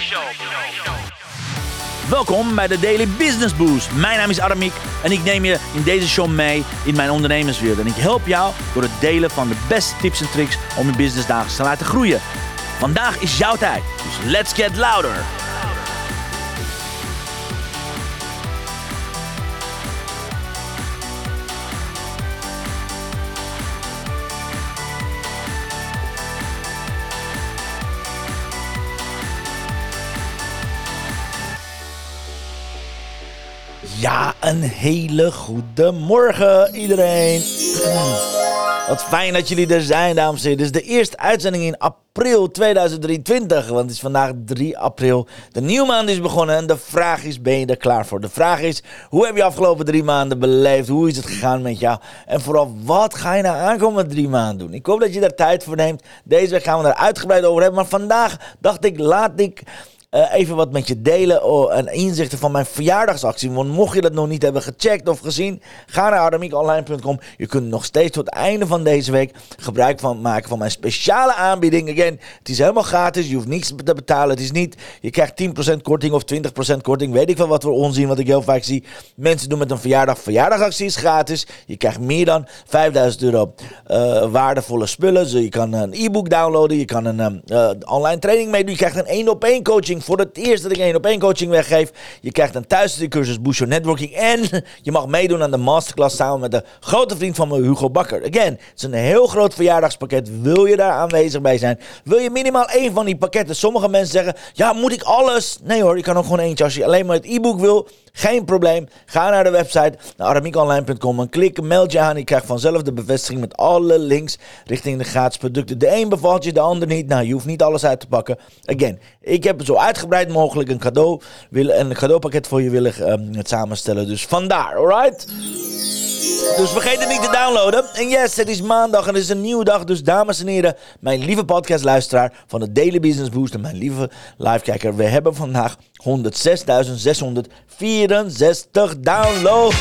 Welkom bij de Daily Business Boost. Mijn naam is Aramik en ik neem je in deze show mee in mijn ondernemerswereld. En ik help jou door het delen van de beste tips en tricks om je business dagelijks te laten groeien. Vandaag is jouw tijd, dus let's get louder. Ja, een hele goede morgen iedereen. Wat fijn dat jullie er zijn, dames en heren. Dit is de eerste uitzending in april 2023, want het is vandaag 3 april. De nieuwe maand is begonnen en de vraag is, ben je er klaar voor? De vraag is, hoe heb je afgelopen 3 maanden beleefd? Hoe is het gegaan met jou? En vooral, wat ga je nou aankomende 3 maanden doen? Ik hoop dat je daar tijd voor neemt. Deze week gaan we daar uitgebreid over hebben, maar vandaag dacht ik, laat ik even wat met je delen en inzichten van mijn verjaardagsactie. Want mocht je dat nog niet hebben gecheckt of gezien, ga naar aramiekonline.com. Je kunt nog steeds tot het einde van deze week gebruik van maken van mijn speciale aanbieding. Again, het is helemaal gratis. Je hoeft niks te betalen. Het is niet, je krijgt 10% korting of 20% korting. Weet ik wel wat voor onzin, wat ik heel vaak zie. Mensen doen met een verjaardagactie is gratis. Je krijgt meer dan €5000 waardevolle spullen. Dus je kan een e-book downloaden. Je kan een online training meedoen. Je krijgt een 1-op-1 coaching. Voor het eerst dat ik 1-op-1 coaching weggeef. Je krijgt een thuiscursus Boost Your Networking. En je mag meedoen aan de masterclass samen met de grote vriend van me, Hugo Bakker. Again, het is een heel groot verjaardagspakket. Wil je daar aanwezig bij zijn? Wil je minimaal 1 van die pakketten? Sommige mensen zeggen, ja, moet ik alles? Nee hoor, je kan ook gewoon eentje. Als je alleen maar het e-book wil, geen probleem. Ga naar de website, naar aramiekonline.com en klik, meld je aan. Je krijgt vanzelf de bevestiging met alle links richting de gratis producten. De een bevalt je, de ander niet. Nou, je hoeft niet alles uit te pakken. Again, ik heb zo uitgebreid mogelijk een cadeaupakket voor je willen samenstellen. Dus vandaar, alright? Dus vergeet het niet te downloaden. En yes, het is maandag en het is een nieuwe dag. Dus dames en heren, mijn lieve podcastluisteraar van de Daily Business Boost en mijn lieve livekijker. We hebben vandaag 106.664 downloads.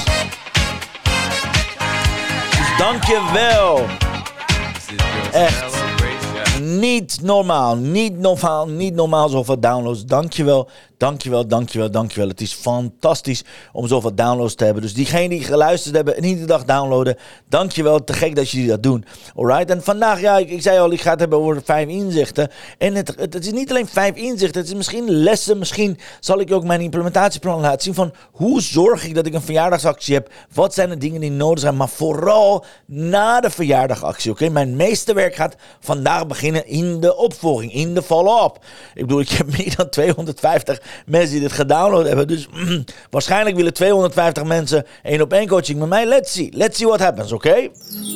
Dus dank je wel. Echt. Niet normaal zoveel downloads. Dankjewel. Het is fantastisch om zoveel downloads te hebben. Dus diegenen die geluisterd hebben en iedere dag downloaden, dankjewel. Te gek dat jullie dat doen. Alright. En vandaag, ja, ik zei al, ik ga het hebben over 5 inzichten. En het is niet alleen 5 inzichten. Het is misschien lessen. Misschien zal ik ook mijn implementatieplan laten zien van hoe zorg ik dat ik een verjaardagsactie heb. Wat zijn de dingen die nodig zijn. Maar vooral na de verjaardagactie. Oké? Mijn meeste werk gaat vandaag beginnen in de opvolging. In de follow-up. Ik bedoel, ik heb meer dan 250 mensen die dit gedownload hebben. Dus waarschijnlijk willen 250 mensen 1-op-1 coaching met mij. Let's see what happens, oké?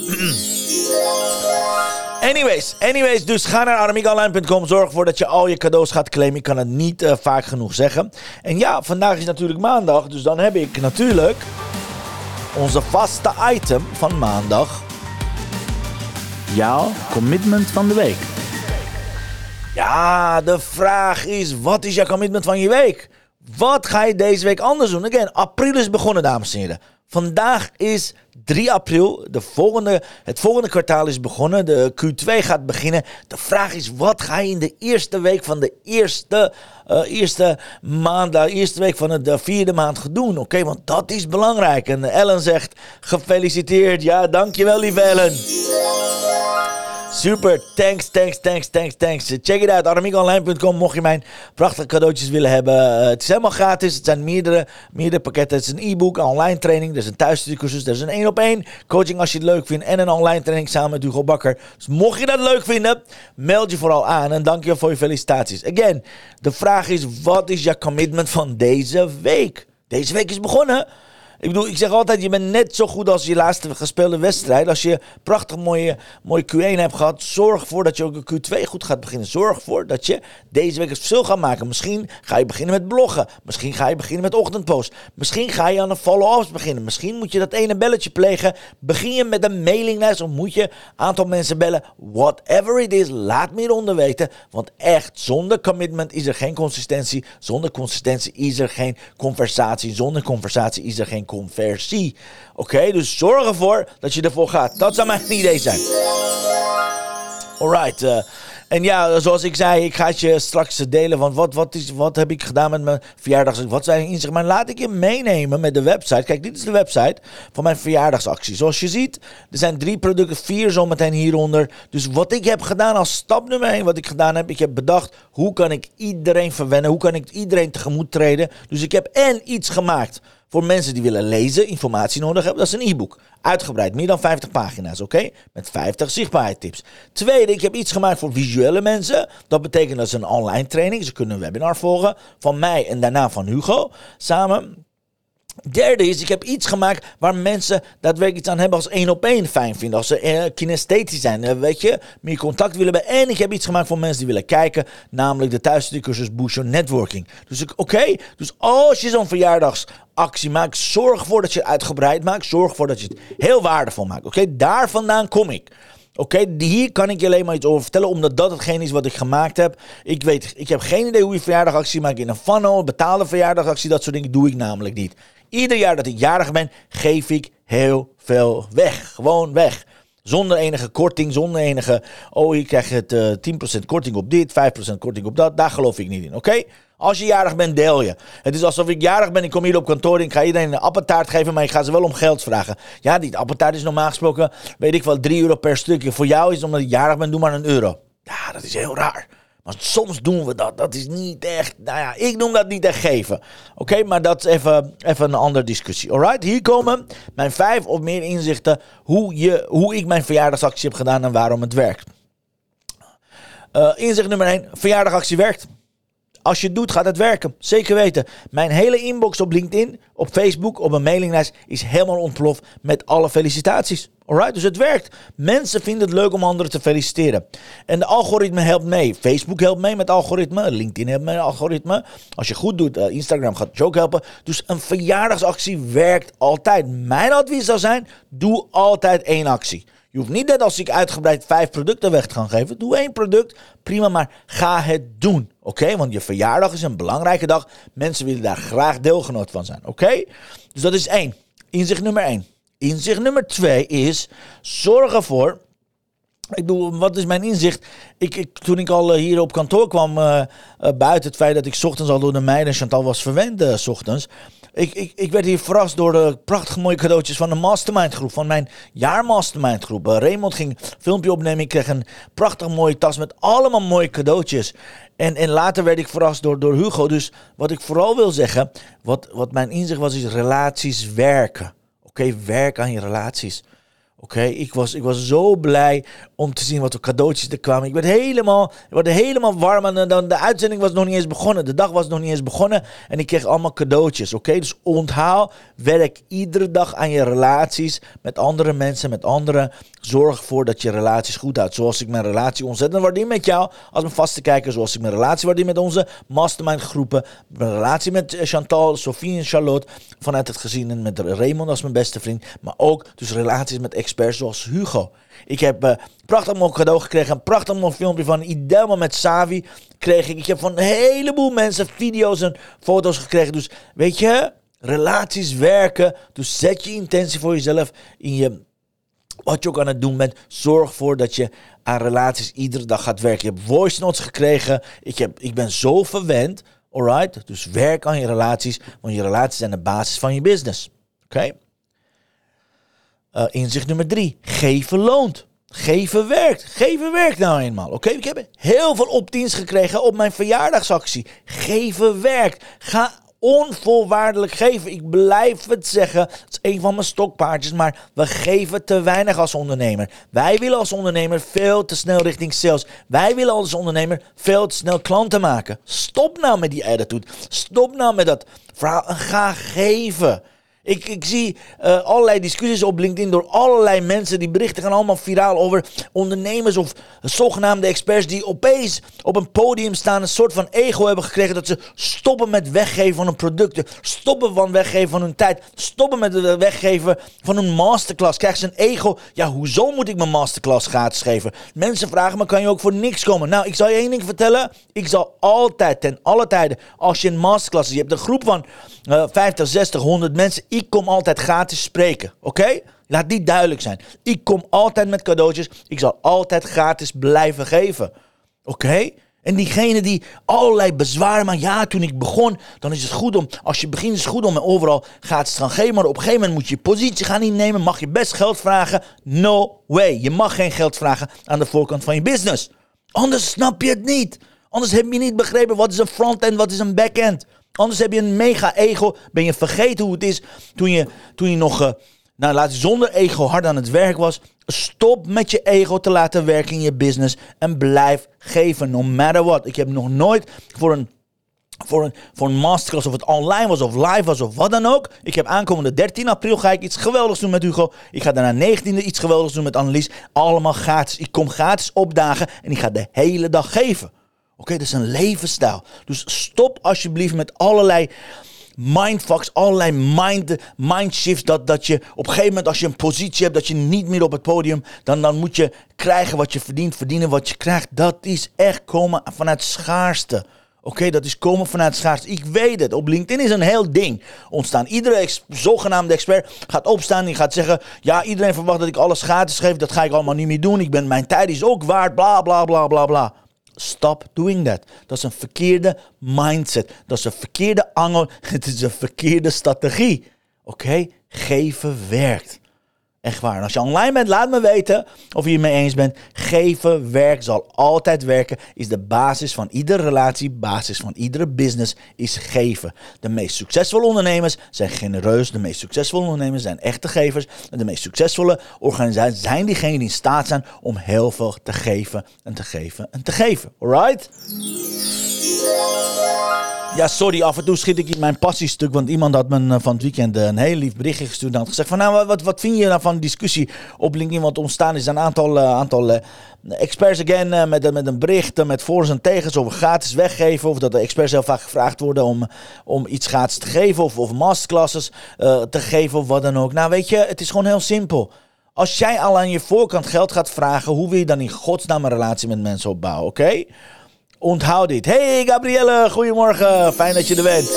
Anyways, dus ga naar aramiekonline.com. Zorg ervoor dat je al je cadeaus gaat claimen. Ik kan het niet vaak genoeg zeggen. En ja, vandaag is natuurlijk maandag. Dus dan heb ik natuurlijk onze vaste item van maandag. Jouw commitment van de week. Ja, de vraag is, wat is jouw commitment van je week? Wat ga je deze week anders doen? Again, april is begonnen, dames en heren. Vandaag is 3 april, het volgende kwartaal is begonnen, de Q2 gaat beginnen. De vraag is, wat ga je in de eerste week van de eerste week van de 4e maand doen? Oké, want dat is belangrijk. En Ellen zegt, gefeliciteerd. Ja, dankjewel lieve Ellen. Super, thanks. Check it out, aramiekonline.com, mocht je mijn prachtige cadeautjes willen hebben. Het is helemaal gratis, het zijn meerdere pakketten. Het is een e-book, een online training, er is een thuisstudie-cursus, er is een 1-op-1 coaching als je het leuk vindt en een online training samen met Hugo Bakker. Dus mocht je dat leuk vinden, meld je vooral aan en dank je voor je felicitaties. Again, de vraag is, wat is jouw commitment van deze week? Deze week is begonnen. Ik bedoel, ik zeg altijd, je bent net zo goed als je laatste gespeelde wedstrijd. Als je prachtig mooie Q1 hebt gehad, zorg ervoor dat je ook een Q2 goed gaat beginnen. Zorg ervoor dat je deze week het verschil gaat maken. Misschien ga je beginnen met bloggen. Misschien ga je beginnen met ochtendpost. Misschien ga je aan de follow-ups beginnen. Misschien moet je dat ene belletje plegen. Begin je met een mailinglijst of moet je een aantal mensen bellen. Whatever it is, laat me hieronder weten. Want echt, zonder commitment is er geen consistentie. Zonder consistentie is er geen conversatie. Zonder conversatie is er geen conversie. Oké, dus zorg ervoor dat je ervoor gaat. Dat zou mijn idee zijn. Alright. En ja, zoals ik zei, ik ga het je straks delen. Want wat heb ik gedaan met mijn verjaardags... Wat zijn inzichten? Maar laat ik je meenemen met de website. Kijk, dit is de website van mijn verjaardagsactie. Zoals je ziet, er zijn 3 producten, 4 zometeen hieronder. Dus wat ik heb gedaan als stap nummer 1, wat ik gedaan heb, ik heb bedacht, hoe kan ik iedereen verwennen? Hoe kan ik iedereen tegemoet treden? Dus ik heb iets gemaakt voor mensen die willen lezen, informatie nodig hebben. Dat is een e-book. Uitgebreid, meer dan 50 pagina's, oké? Met 50 zichtbaarheidstips. Tweede, ik heb iets gemaakt voor visuele mensen. Dat betekent dat ze een online training. Ze kunnen een webinar volgen van mij en daarna van Hugo samen. Derde is, ik heb iets gemaakt waar mensen daadwerkelijk iets aan hebben als 1-op-1 fijn vinden. Als ze kinesthetisch zijn, weet je, meer contact willen hebben. En ik heb iets gemaakt voor mensen die willen kijken, namelijk de thuisstudiecursus Boost Your Networking. Dus dus als je zo'n verjaardagsactie maakt, zorg ervoor dat je het uitgebreid maakt. Zorg ervoor dat je het heel waardevol maakt. Oké, daar vandaan kom ik. Oké, hier kan ik je alleen maar iets over vertellen, omdat dat hetgeen is wat ik gemaakt heb. Ik heb geen idee hoe je verjaardagactie maakt in een funnel, betaalde verjaardagactie, dat soort dingen doe ik namelijk niet. Ieder jaar dat ik jarig ben, geef ik heel veel weg. Gewoon weg. Zonder enige korting, zonder enige, je krijgt het 10% korting op dit, 5% korting op dat. Daar geloof ik niet in, oké? Als je jarig bent, deel je. Het is alsof ik jarig ben, ik kom hier op kantoor en ik ga iedereen een appeltaart geven, maar ik ga ze wel om geld vragen. Ja, die appeltaart is normaal gesproken, weet ik wel, €3 per stukje. Voor jou is het omdat ik jarig ben, doe maar €1. Ja, dat is heel raar. Maar soms doen we dat. Dat is niet echt, ik noem dat niet echt geven. Oké, maar dat is even een andere discussie. Alright, hier komen mijn 5 of meer inzichten hoe ik mijn verjaardagsactie heb gedaan en waarom het werkt. Inzicht nummer 1, verjaardagactie werkt. Als je het doet, gaat het werken. Zeker weten. Mijn hele inbox op LinkedIn, op Facebook, op een mailinglijst is helemaal ontploft met alle felicitaties. Alright, dus het werkt. Mensen vinden het leuk om anderen te feliciteren. En de algoritme helpt mee. Facebook helpt mee met algoritme. LinkedIn helpt mee met algoritme. Als je goed doet, Instagram gaat je ook helpen. Dus een verjaardagsactie werkt altijd. Mijn advies zou zijn, doe altijd 1 actie. Je hoeft niet net als ik uitgebreid 5 producten weg te gaan geven. Doe 1 product, prima, maar ga het doen. Oké, want je verjaardag is een belangrijke dag. Mensen willen daar graag deelgenoot van zijn. Oké, dus dat is 1. Inzicht nummer 1. Inzicht nummer 2 is, zorg ervoor. Wat is mijn inzicht? Toen ik al hier op kantoor kwam, buiten het feit dat ik 's ochtends al door de meiden, Chantal was verwend 's ochtends. Ik werd hier verrast door de prachtige mooie cadeautjes van de mastermind groep, van mijn jaarmastermind groep. Raymond ging een filmpje opnemen, ik kreeg een prachtig mooie tas met allemaal mooie cadeautjes. En later werd ik verrast door Hugo. Dus wat ik vooral wil zeggen, wat mijn inzicht was, is relaties werken. Oké, werk aan je relaties. Oké, ik was zo blij om te zien wat voor cadeautjes er kwamen. Ik werd helemaal warm en de uitzending was nog niet eens begonnen. De dag was nog niet eens begonnen en ik kreeg allemaal cadeautjes. Oké, dus onthoud, werk iedere dag aan je relaties met andere mensen, met anderen. Zorg ervoor dat je relaties goed houdt. Zoals ik mijn relatie ontzettend waardeer met jou als mijn vaste kijker. Zoals ik mijn relatie waardeer met onze mastermind groepen. Mijn relatie met Chantal, Sophie en Charlotte vanuit het gezin. En met Raymond als mijn beste vriend. Maar ook dus relaties met experts zoals Hugo. Ik heb prachtig mooi cadeau gekregen. Een prachtig mooi filmpje van Idelma met Savi kreeg ik. Ik heb van een heleboel mensen video's en foto's gekregen. Dus weet je, relaties werken. Dus zet je intentie voor jezelf in je... Wat je ook aan het doen bent, zorg ervoor dat je aan relaties iedere dag gaat werken. Je hebt voice notes gekregen. Ik ben zo verwend. Alright? Dus werk aan je relaties. Want je relaties zijn de basis van je business. Oké? Inzicht nummer 3. Geven loont. Geven werkt. Geven werkt nou eenmaal. Oké? Ik heb heel veel opt-ins gekregen op mijn verjaardagsactie. Geven werkt. Ga onvoorwaardelijk geven. Ik blijf het zeggen. Het is een van mijn stokpaardjes. Maar we geven te weinig als ondernemer. Wij willen als ondernemer veel te snel richting sales. Wij willen als ondernemer veel te snel klanten maken. Stop nou met die attitude. Stop nou met dat verhaal. Ga geven. Ik zie allerlei discussies op LinkedIn door allerlei mensen. Die berichten gaan allemaal viraal over ondernemers of zogenaamde experts die opeens op een podium staan. Een soort van ego hebben gekregen dat ze stoppen met weggeven van hun producten. Stoppen van weggeven van hun tijd. Stoppen met het weggeven van hun masterclass. Krijgen ze een ego. Ja, hoezo moet ik mijn masterclass gratis geven? Mensen vragen me, kan je ook voor niks komen? Nou, ik zal je één ding vertellen. Ik zal altijd, ten alle tijden, als je een masterclass, je hebt een groep van 50, 60, 100 mensen. Ik kom altijd gratis spreken, oké? Laat die duidelijk zijn. Ik kom altijd met cadeautjes. Ik zal altijd gratis blijven geven. Oké? En diegene die allerlei bezwaren maken. Ja, toen ik begon, dan is het goed om... Als je begint is het goed om overal gratis te gaan geven. Maar op een gegeven moment moet je je positie gaan innemen. Mag je best geld vragen? No way. Je mag geen geld vragen aan de voorkant van je business. Anders snap je het niet. Anders heb je niet begrepen wat is een frontend, wat is een backend. Anders heb je een mega ego. Ben je vergeten hoe het is toen je nog... zonder ego hard aan het werk was. Stop met je ego te laten werken in je business. En blijf geven, no matter what. Ik heb nog nooit voor een masterclass, of het online was of live was of wat dan ook. Ik heb aankomende 13 april ga ik iets geweldigs doen met Hugo. Ik ga daarna 19e iets geweldigs doen met Annelies. Allemaal gratis. Ik kom gratis opdagen en ik ga de hele dag geven. Oké, dat is een levensstijl. Dus stop alsjeblieft met allerlei... mindfucks, allerlei mindshifts, dat je op een gegeven moment als je een positie hebt, dat je niet meer op het podium, dan moet je krijgen wat je verdient, verdienen wat je krijgt. Dat is echt komen vanuit schaarste. Oké, dat is komen vanuit schaarste. Ik weet het, op LinkedIn is een heel ding ontstaan. Iedere zogenaamde expert gaat opstaan en gaat zeggen, ja, iedereen verwacht dat ik alles gratis geef, dat ga ik allemaal niet meer doen, mijn tijd is ook waard, bla bla bla bla bla. Stop doing that. Dat is een verkeerde mindset. Dat is een verkeerde angel. Het is een verkeerde strategie. Oké? Geven werkt. Echt waar. En als je online bent, laat me weten of je het mee eens bent. Geven werkt, zal altijd werken. Is de basis van iedere relatie, basis van iedere business, is geven. De meest succesvolle ondernemers zijn genereus. De meest succesvolle ondernemers zijn echte gevers. En de meest succesvolle organisaties zijn diegenen die in staat zijn om heel veel te geven en te geven en te geven. Alright? Ja, sorry, af en toe schiet ik in mijn passiestuk, want iemand had me van het weekend een heel lief berichtje gestuurd en had gezegd van, nou, wat vind je nou van discussie op LinkedIn? Want ontstaan is een aantal experts again met een bericht met voor's en tegens over gratis weggeven, of dat de experts heel vaak gevraagd worden om iets gratis te geven of masterclasses te geven of wat dan ook. Nou, weet je, het is gewoon heel simpel. Als jij al aan je voorkant geld gaat vragen, hoe wil je dan in godsnaam een relatie met mensen opbouwen, oké? Onthoud dit. Hey Gabrielle, goedemorgen. Fijn dat je er bent.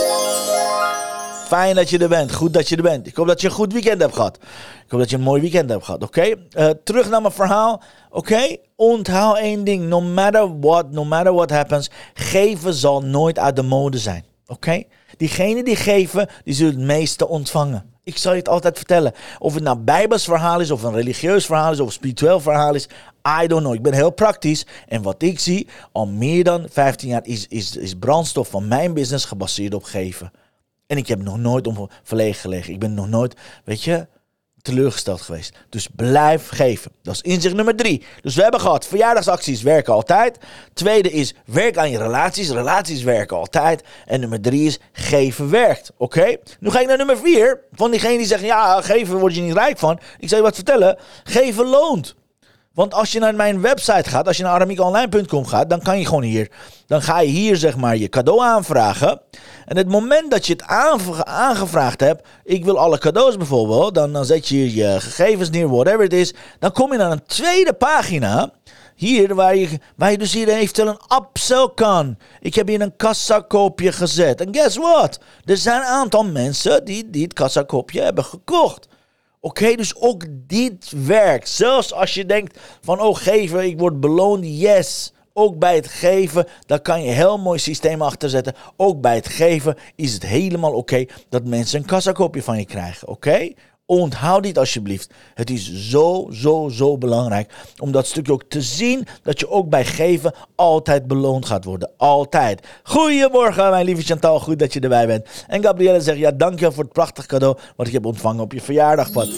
Fijn dat je er bent. Goed dat je er bent. Ik hoop dat je een goed weekend hebt gehad. Ik hoop dat je een mooi weekend hebt gehad. Oké? Terug naar mijn verhaal. Oké? Onthoud één ding. No matter what happens. Geven zal nooit uit de mode zijn. Oké? Diegenen die geven, die zullen het meeste ontvangen. Ik zal je het altijd vertellen. Of het nou Bijbels verhaal is, of een religieus verhaal is, of een spiritueel verhaal is. I don't know. Ik ben heel praktisch. En wat ik zie, al meer dan 15 jaar is brandstof van mijn business gebaseerd op geven. En ik heb nog nooit om verlegen gelegen. Ik ben nog nooit, teleurgesteld geweest. Dus blijf geven. Dat is inzicht nummer 3. Dus we hebben gehad, verjaardagsacties werken altijd. Tweede is, werk aan je relaties. Relaties werken altijd. En nummer 3 is, geven werkt. Oké? Nu ga ik naar nummer 4. Van diegenen die zeggen, ja, geven word je niet rijk van. Ik zal je wat vertellen. Geven loont. Want als je naar mijn website gaat, als je naar aramiekonline.com gaat, dan kan je gewoon hier, dan ga je hier zeg maar je cadeau aanvragen. En het moment dat je het aangevraagd hebt, ik wil alle cadeaus bijvoorbeeld, dan zet je je gegevens neer, whatever it is. Dan kom je naar een tweede pagina, hier waar je dus hier eventueel een upsell kan. Ik heb hier een kassakoopje gezet. En guess what? Er zijn een aantal mensen die het kassakoopje hebben gekocht. Oké, dus ook dit werkt. Zelfs als je denkt van, oh geven, ik word beloond. Yes, ook bij het geven, daar kan je een heel mooi systeem achter zetten. Ook bij het geven is het helemaal oké dat mensen een kassakoopje van je krijgen. Oké? Onthoud dit alsjeblieft. Het is zo belangrijk om dat stukje ook te zien, dat je ook bij geven altijd beloond gaat worden. Altijd. Goedemorgen mijn lieve Chantal, goed dat je erbij bent. En Gabrielle zegt, ja, dankjewel voor het prachtig cadeau wat ik heb ontvangen op je verjaardagparty.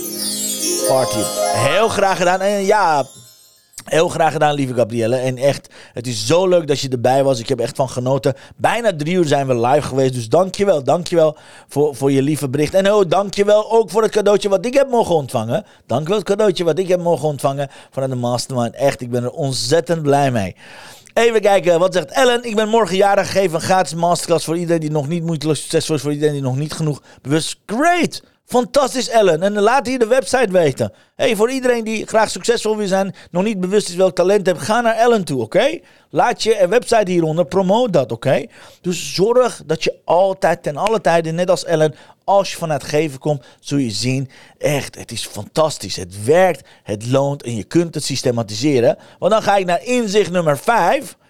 Heel graag gedaan. En ja, heel graag gedaan, lieve Gabrielle. En echt, het is zo leuk dat je erbij was. Ik heb echt van genoten. Bijna 3 uur zijn we live geweest. Dus dankjewel voor je lieve bericht. En dankjewel ook voor het cadeautje wat ik heb mogen ontvangen. Dankjewel het cadeautje wat ik heb mogen ontvangen vanuit de Mastermind. Echt, ik ben er ontzettend blij mee. Even kijken, wat zegt Ellen? Ik ben morgen jarig, geef een gratis masterclass voor iedereen die nog niet moeiteloos succesvol is. Voor iedereen die nog niet genoeg bewust. Great! Fantastisch, Ellen. En laat hier de website weten. Hey, voor iedereen die graag succesvol wil zijn, nog niet bewust is welk talent hebt, ga naar Ellen toe, oké? Laat je website hieronder, promote dat, oké? Dus zorg dat je altijd, ten alle tijden, net als Ellen, als je vanuit geven komt, zul je zien, echt, het is fantastisch. Het werkt, het loont en je kunt het systematiseren. Want dan ga ik naar inzicht nummer 5.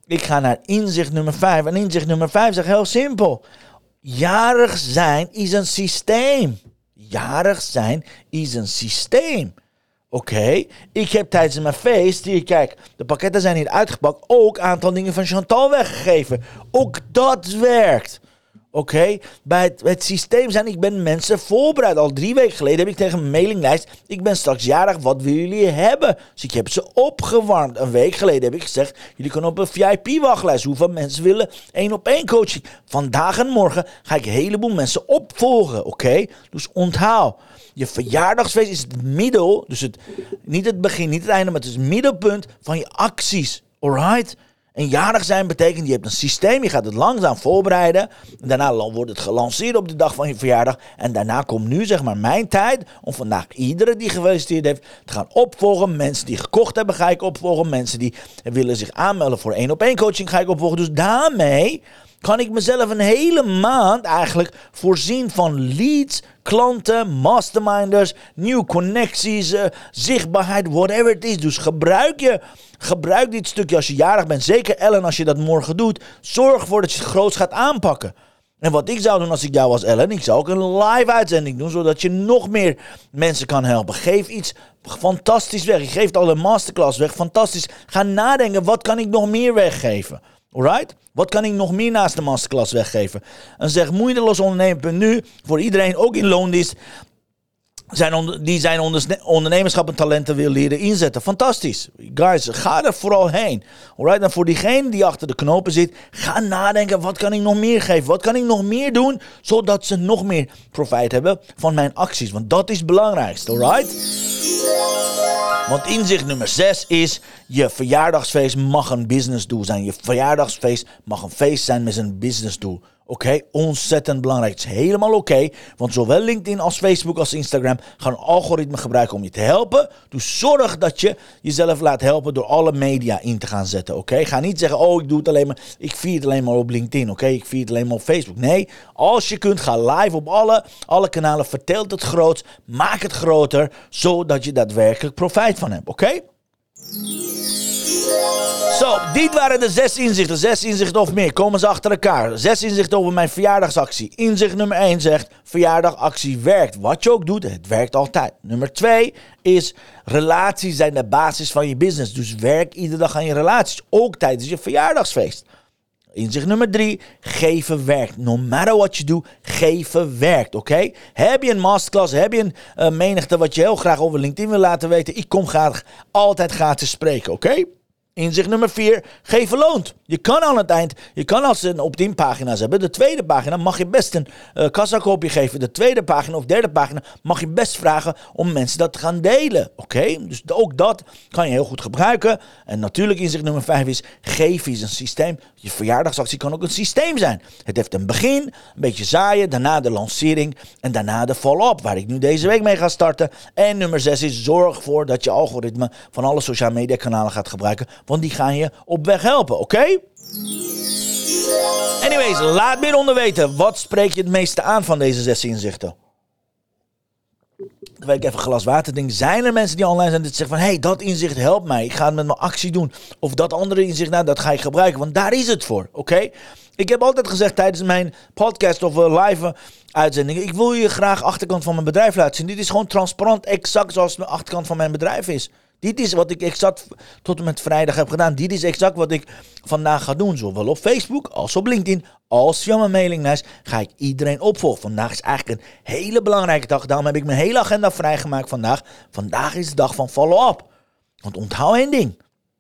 Ik ga naar inzicht nummer 5. En inzicht nummer 5 zegt heel simpel. Jarig zijn is een systeem. Jarig zijn is een systeem. Oké, ik heb tijdens mijn feest, hier kijk, de pakketten zijn hier uitgepakt, ook een aantal dingen van Chantal weggegeven. Ook dat werkt. Oké, bij het systeem zijn, ik ben mensen voorbereid. Al 3 weken geleden heb ik tegen mijn mailinglijst, ik ben straks jarig, wat willen jullie hebben? Dus ik heb ze opgewarmd. Een week geleden heb ik gezegd, jullie kunnen op een VIP-wachtlijst. Hoeveel mensen willen 1-op-1 coaching? Vandaag en morgen ga ik een heleboel mensen opvolgen. Oké, dus onthoud. Je verjaardagsfeest is het middel, dus niet het begin, niet het einde, maar het is het middelpunt van je acties. Alright? En jarig zijn betekent, je hebt een systeem, je gaat het langzaam voorbereiden. En daarna wordt het gelanceerd op de dag van je verjaardag. En daarna komt nu zeg maar mijn tijd om vandaag iedereen die gefeliciteerd heeft te gaan opvolgen. Mensen die gekocht hebben ga ik opvolgen. Mensen die willen zich aanmelden voor 1-op-1 coaching ga ik opvolgen. Dus daarmee kan ik mezelf een hele maand eigenlijk voorzien van leads, klanten, masterminders, nieuwe connecties, zichtbaarheid, whatever het is. Dus gebruik dit stukje als je jarig bent. Zeker Ellen, als je dat morgen doet. Zorg ervoor dat je het groots gaat aanpakken. En wat ik zou doen als ik jou was, Ellen, ik zou ook een live uitzending doen, zodat je nog meer mensen kan helpen. Geef iets fantastisch weg. Je geeft al een masterclass weg. Fantastisch. Ga nadenken, wat kan ik nog meer weggeven? Alright? Wat kan ik nog meer naast de masterclass weggeven? En zeg moeiteloosondernemen.nu voor iedereen, ook in loondienst, die zijn ondernemerschap en talenten wil leren inzetten. Fantastisch. Guys, ga er vooral heen. Alright? En voor diegene die achter de knopen zit, ga nadenken, wat kan ik nog meer geven? Wat kan ik nog meer doen, zodat ze nog meer profijt hebben van mijn acties? Want dat is het belangrijkste, alright? Want inzicht nummer 6 is, je verjaardagsfeest mag een businessdoel zijn. Je verjaardagsfeest mag een feest zijn met een businessdoel. Oké, ontzettend belangrijk. Het is helemaal oké, want zowel LinkedIn als Facebook als Instagram gaan een algoritme gebruiken om je te helpen. Dus zorg dat je jezelf laat helpen door alle media in te gaan zetten. Oké, ga niet zeggen, ik doe het alleen maar, ik vier het alleen maar op LinkedIn. Oké, ik vier het alleen maar op Facebook. Nee, als je kunt, ga live op alle kanalen, vertel het groot, maak het groter, zodat je daadwerkelijk profijt van hebt. Oké? Zo, dit waren de 6 inzichten. 6 inzichten of meer. Komen ze achter elkaar. 6 inzichten over mijn verjaardagsactie. Inzicht nummer 1 zegt, verjaardagactie werkt. Wat je ook doet, het werkt altijd. Nummer 2 is, relaties zijn de basis van je business. Dus werk iedere dag aan je relaties. Ook tijdens je verjaardagsfeest. Inzicht nummer 3, geven werkt. No matter what you do, geven werkt, oké? Heb je een masterclass, heb je een menigte wat je heel graag over LinkedIn wil laten weten? Ik kom graag altijd gratis spreken, oké? Inzicht nummer 4, geven loont. Je kan aan het eind, je kan als ze een opt-in pagina's hebben, de tweede pagina mag je best een kassakoopje geven. De tweede pagina of derde pagina mag je best vragen om mensen dat te gaan delen. Oké? Dus ook dat kan je heel goed gebruiken. En natuurlijk inzicht nummer 5 is, geven is een systeem. Je verjaardagsactie kan ook een systeem zijn. Het heeft een begin, een beetje zaaien, daarna de lancering en daarna de follow-up, waar ik nu deze week mee ga starten. En nummer 6 is, zorg ervoor dat je algoritme van alle sociale media kanalen gaat gebruiken. Want die gaan je op weg helpen, oké? Anyways, laat me hieronder weten. Wat spreek je het meeste aan van deze 6 inzichten? Terwijl ik even een glas water drink. Zijn er mensen die online zijn die zeggen van, hey, dat inzicht helpt mij. Ik ga het met mijn actie doen. Of dat andere inzicht, nou, dat ga ik gebruiken. Want daar is het voor, oké? Ik heb altijd gezegd tijdens mijn podcast of live uitzendingen, ik wil je graag achterkant van mijn bedrijf laten zien. Dit is gewoon transparant, exact zoals de achterkant van mijn bedrijf is. Dit is wat ik exact tot en met vrijdag heb gedaan. Dit is exact wat ik vandaag ga doen. Zowel op Facebook als op LinkedIn als via mijn mailinglijst ga ik iedereen opvolgen. Vandaag is eigenlijk een hele belangrijke dag. Daarom heb ik mijn hele agenda vrijgemaakt vandaag. Vandaag is de dag van follow-up. Want onthoud één ding.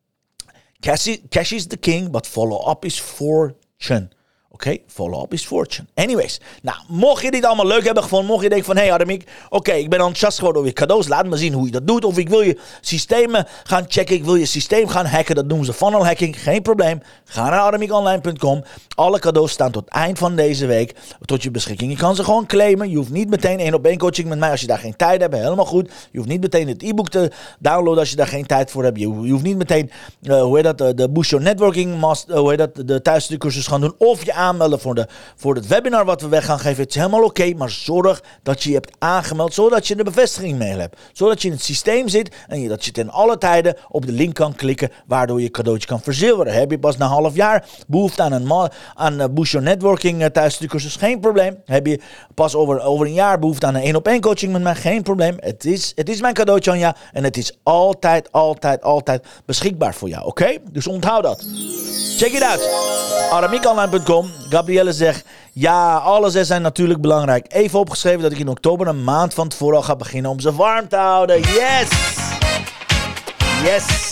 Cash is the king, but follow-up is fortune. Oké, follow-up is fortune. Anyways, nou, mocht je dit allemaal leuk hebben gevonden, mocht je denken van, hey Ademiek, oké, ik ben enthousiast geworden over je cadeaus, laat me zien hoe je dat doet. Of ik wil je systemen gaan checken, ik wil je systeem gaan hacken, dat noemen ze funnel hacking, geen probleem. Ga naar ademiekonline.com. Alle cadeaus staan tot eind van deze week tot je beschikking. Je kan ze gewoon claimen, je hoeft niet meteen 1-op-1 coaching met mij als je daar geen tijd hebt, helemaal goed. Je hoeft niet meteen het e-book te downloaden als je daar geen tijd voor hebt. Je hoeft niet meteen, de Boost Your Networking, de thuisstudie cursus gaan doen, of je aanmelden voor het webinar wat we weg gaan geven. Het is helemaal oké, maar zorg dat je je hebt aangemeld, zodat je de bevestiging-mail hebt. Zodat je in het systeem zit en dat je ten alle tijden op de link kan klikken, waardoor je cadeautje kan verzilveren. Heb je pas na een half jaar behoefte aan Boost Your Networking tijdens de cursus? Geen probleem. Heb je pas over een jaar behoefte aan een 1-op-1 coaching met mij? Geen probleem. Het is mijn cadeautje aan jou en het is altijd beschikbaar voor jou. Oké? Dus onthoud dat. Check it out. aramiekonline.com. Gabrielle zegt, ja, alle 6 zijn natuurlijk belangrijk. Even opgeschreven dat ik in oktober een maand van tevoren al ga beginnen om ze warm te houden. Yes! Yes!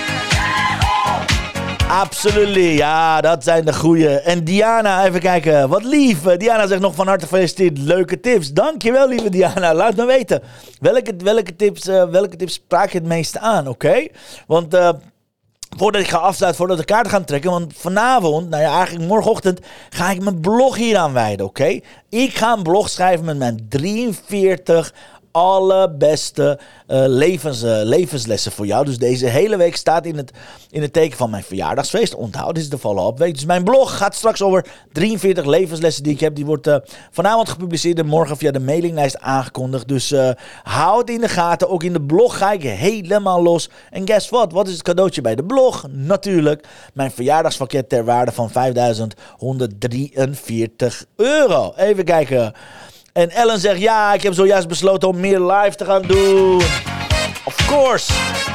Absoluut, ja, dat zijn de goeie. En Diana, even kijken, wat lief. Diana zegt nog van harte gefeliciteerd, leuke tips. Dankjewel, lieve Diana, laat me weten. Welke tips spraak je het meeste aan, oké? Want voordat ik ga afsluiten, voordat we de kaarten gaan trekken, want vanavond, nou ja, eigenlijk morgenochtend, ga ik mijn blog hier aan wijden, oké? Ik ga een blog schrijven met mijn 43 allerbeste levenslessen voor jou. Dus deze hele week staat in het teken van mijn verjaardagsfeest. Onthoud, dit is de follow-up week. Dus mijn blog gaat straks over 43 levenslessen die ik heb. Die wordt vanavond gepubliceerd en morgen via de mailinglijst aangekondigd. Dus hou het in de gaten. Ook in de blog ga ik helemaal los. En guess what? Wat is het cadeautje bij de blog? Natuurlijk mijn verjaardagspakket ter waarde van €5.143. Even kijken. En Ellen zegt, ja, ik heb zojuist besloten om meer live te gaan doen. Of course.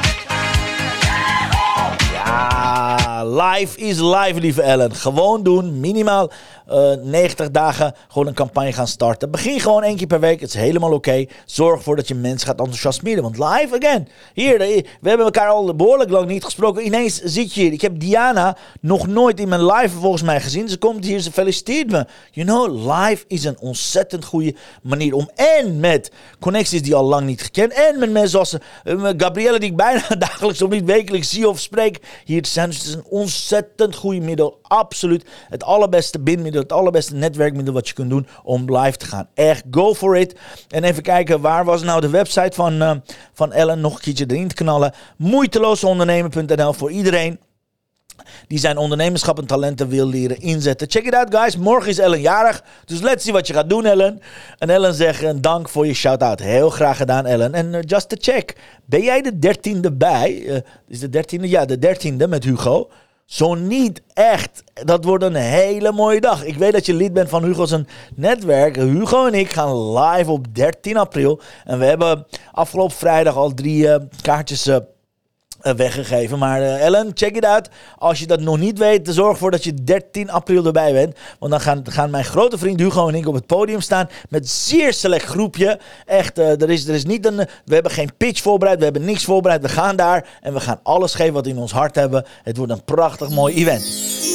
Ja, live is live, lieve Ellen. Gewoon doen, minimaal 90 dagen gewoon een campagne gaan starten. Begin gewoon 1 keer per week, het is helemaal oké. Zorg ervoor dat je mensen gaat enthousiasmeren. Want live again, hier, we hebben elkaar al behoorlijk lang niet gesproken. Ineens zit je hier. Ik heb Diana nog nooit in mijn live volgens mij gezien. Ze komt hier, ze feliciteert me. You know, live is een ontzettend goede manier om en met connecties die je al lang niet gekend en met mensen zoals Gabrielle, die ik bijna dagelijks of niet wekelijks zie of spreek, hier te zijn. Dus het is een ontzettend goede middel. Absoluut het allerbeste bindmiddel, het allerbeste netwerkmiddel wat je kunt doen om live te gaan. Echt, go for it. En even kijken, waar was nou de website van Ellen? Nog een keertje erin te knallen. Moeiteloosondernemen.nl voor iedereen die zijn ondernemerschap en talenten wil leren inzetten. Check it out, guys. Morgen is Ellen jarig. Dus let's see wat je gaat doen, Ellen. En Ellen zegt, dank voor je shout-out. Heel graag gedaan, Ellen. En just to check. Ben jij de 13e bij? Is de 13e? Ja, de 13e met Hugo. Zo niet echt. Dat wordt een hele mooie dag. Ik weet dat je lid bent van Hugo's netwerk. Hugo en ik gaan live op 13 april. En we hebben afgelopen vrijdag al 3 kaartjes weggegeven. Maar Ellen, check it out. Als je dat nog niet weet, zorg ervoor dat je 13 april erbij bent. Want dan gaan mijn grote vriend Hugo en ik op het podium staan met een zeer select groepje. Echt, er is niet we hebben geen pitch voorbereid, we hebben niks voorbereid. We gaan daar en we gaan alles geven wat we in ons hart hebben. Het wordt een prachtig mooi event.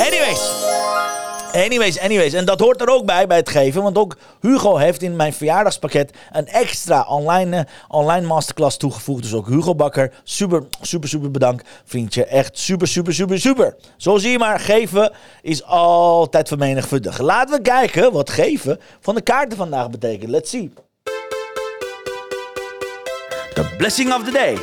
Anyways. En dat hoort er ook bij het geven. Want ook Hugo heeft in mijn verjaardagspakket een extra online masterclass toegevoegd. Dus ook Hugo Bakker. Super bedankt, vriendje. Echt super. Zo zie je maar, geven is altijd vermenigvuldigd. Laten we kijken wat geven van de kaarten vandaag betekent. Let's see. The blessing of the day.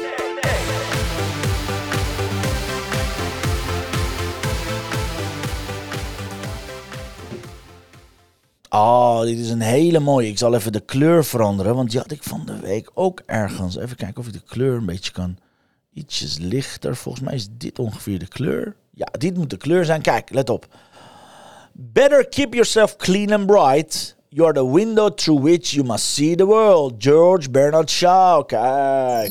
Oh, dit is een hele mooie. Ik zal even de kleur veranderen, want die had ik van de week ook ergens. Even kijken of ik de kleur een beetje kan. Ietsjes lichter. Volgens mij is dit ongeveer de kleur. Ja, dit moet de kleur zijn. Kijk, let op. Better keep yourself clean and bright. You are the window through which you must see the world. George Bernard Shaw. Kijk.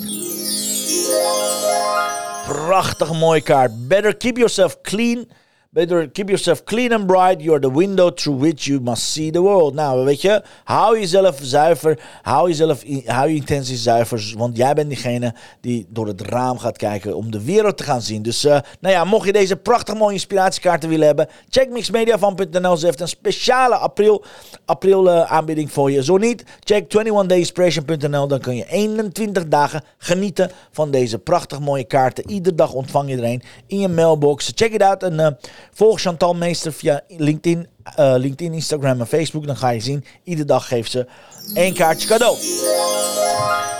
Prachtig mooie kaart. Better keep yourself clean and bright. You are the window through which you must see the world. Nou, weet je, hou jezelf zuiver. Hou je intentie zuiver. Want jij bent diegene die door het raam gaat kijken om de wereld te gaan zien. Dus, nou ja, mocht je deze prachtig mooie inspiratiekaarten willen hebben, check mixmediafan.nl. Ze heeft een speciale april aanbieding voor je. Zo niet, check 21dayinspiration.nl. Dan kun je 21 dagen genieten van deze prachtig mooie kaarten. Iedere dag ontvang je er een in je mailbox. Check it out en volg Chantal Meester via LinkedIn, Instagram en Facebook. Dan ga je zien, iedere dag geeft ze 1 kaartje cadeau.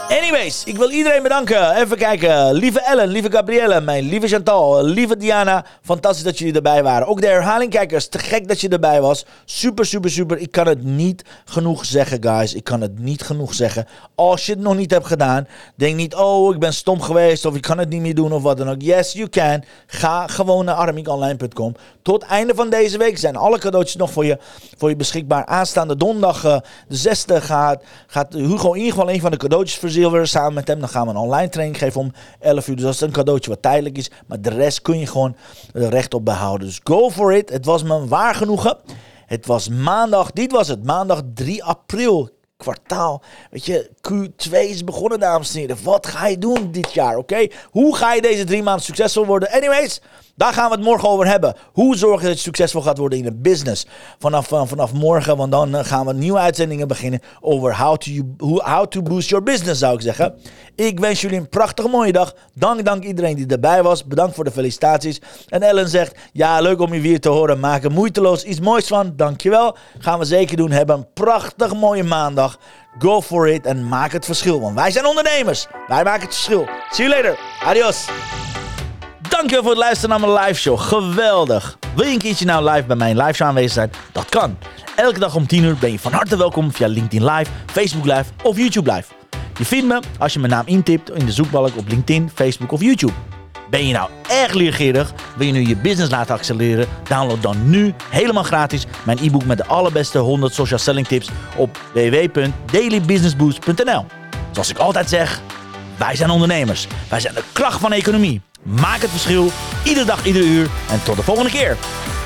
Anyways, ik wil iedereen bedanken. Even kijken. Lieve Ellen, lieve Gabrielle, mijn lieve Chantal, lieve Diana. Fantastisch dat jullie erbij waren. Ook de herhalingkijkers, te gek dat je erbij was. Super, super, super. Ik kan het niet genoeg zeggen, guys. Ik kan het niet genoeg zeggen. Als je het nog niet hebt gedaan, denk niet, oh, ik ben stom geweest of ik kan het niet meer doen of wat dan ook. Yes, you can. Ga gewoon naar aramiekonline.com. Tot einde van deze week zijn alle cadeautjes nog voor je beschikbaar. Aanstaande donderdag, de 6e, gaat Hugo in ieder geval een van de cadeautjes verzilveren samen met hem. Dan gaan we een online training geven om 11 uur. Dus dat is een cadeautje wat tijdelijk is. Maar de rest kun je gewoon recht op behouden. Dus go for it. Het was me waar genoegen. Het was maandag. Dit was het. Maandag 3 april. Kwartaal. Weet je, Q2 is begonnen, dames en heren. Wat ga je doen dit jaar, oké? Hoe ga je deze 3 maanden succesvol worden? Anyways, daar gaan we het morgen over hebben. Hoe zorg je dat je succesvol gaat worden in een business? Vanaf morgen, want dan gaan we nieuwe uitzendingen beginnen over how to boost your business, zou ik zeggen. Ik wens jullie een prachtige mooie dag. Dank iedereen die erbij was. Bedankt voor de felicitaties. En Ellen zegt, ja, leuk om je weer te horen. Maak er moeiteloos iets moois van. Dankjewel. Gaan we zeker doen. Hebben een prachtig mooie maandag. Go for it en maak het verschil. Want wij zijn ondernemers. Wij maken het verschil. See you later. Adios. Dankjewel voor het luisteren naar mijn live show. Geweldig. Wil je een keertje nou live bij mijn live show aanwezig zijn? Dat kan. Elke dag om 10 uur ben je van harte welkom via LinkedIn Live, Facebook Live of YouTube Live. Je vindt me als je mijn naam intipt in de zoekbalk op LinkedIn, Facebook of YouTube. Ben je nou erg leergierig? Wil je nu je business laten accelereren? Download dan nu helemaal gratis mijn e-book met de allerbeste 100 social selling tips op www.dailybusinessboost.nl. Zoals ik altijd zeg, wij zijn ondernemers. Wij zijn de kracht van de economie. Maak het verschil, iedere dag, ieder uur. En tot de volgende keer.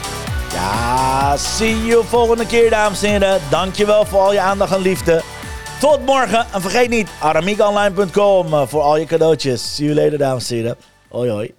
Ja, see you volgende keer, dames en heren. Dankjewel voor al je aandacht en liefde. Tot morgen. En vergeet niet, aramiekonline.com voor al je cadeautjes. See you later, dames en heren. Hoi, hoi.